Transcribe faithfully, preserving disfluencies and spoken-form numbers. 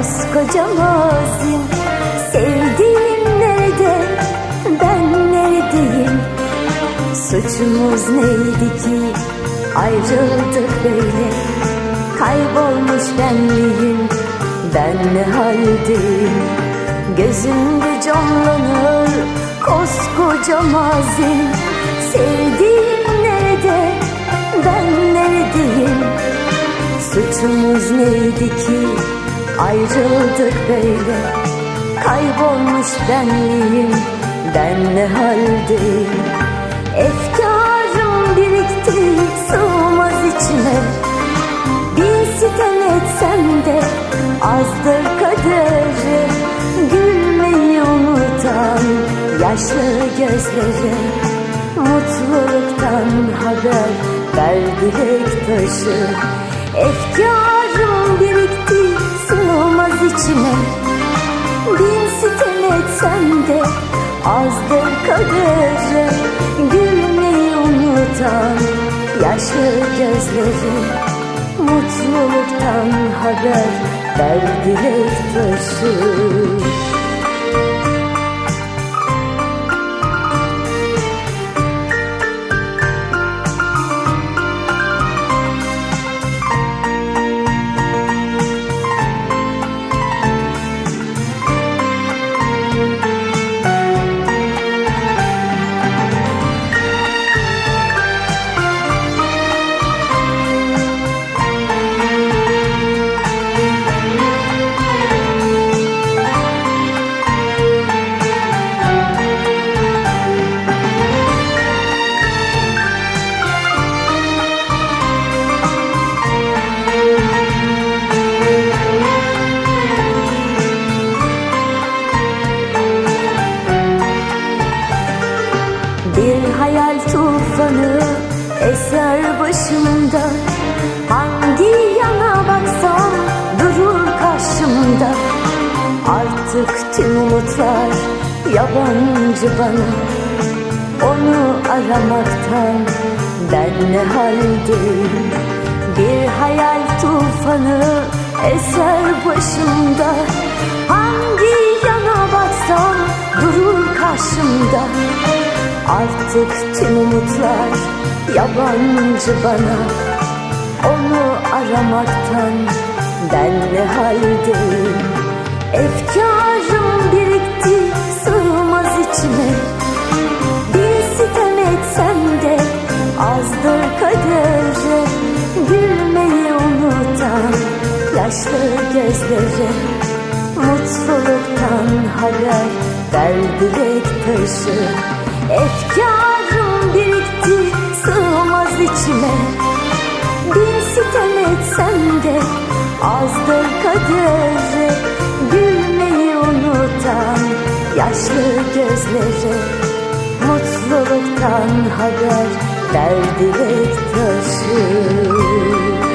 koskoca mazim. Sevdiğim nerede, ben neredeyim? Suçumuz neydi ki ayrıldık böyle? Kaybolmuş benliğim, ben ne haldeyim? Gözümde canlanır koskoca mazim. Sevdiğim nerede, ben neredeyim? Suçumuz neydi ki ayrıldık böyle? Kaybolmuş benliğim, ben ne haldeyim? Efkarım birikti, sığmaz içime. Bin sitem etsem de azdır kaderi. Gülmeyi unutan yaşlı gözleri. Mutluluktan haber ver dilek taşı. Efkarım birikti, sığmaz içime. Bin sitem etsem de azdır kaderi. Gülmeyi unutan yaşlı gözleri. Mutluluktan haber ver dilek taşı. Bir hayal tufanı eser başımda. Hangi yana baksam durur karşımda. Artık tüm umutlar yabancı bana. Onu aramaktan ben ne haldeyim? Bir hayal tufanı eser başımda. Hangi yana baksam durur karşımda. Artık tüm umutlar yabancı bana. Onu aramaktan ben ne haldeyim? Efkarım birikti, sığmaz içime. Bir sitem etsem de azdır kaderi. Gülmeyi unutan yaşlı gözleri. Mutluluktan haber ver dilek taşı. Efkarım birikti, sığmaz içime. Bin sitem etsem de azdır kaderi. Gülmeyi unutan yaşlı gözleri. Mutluluktan haber ver dilek taşı.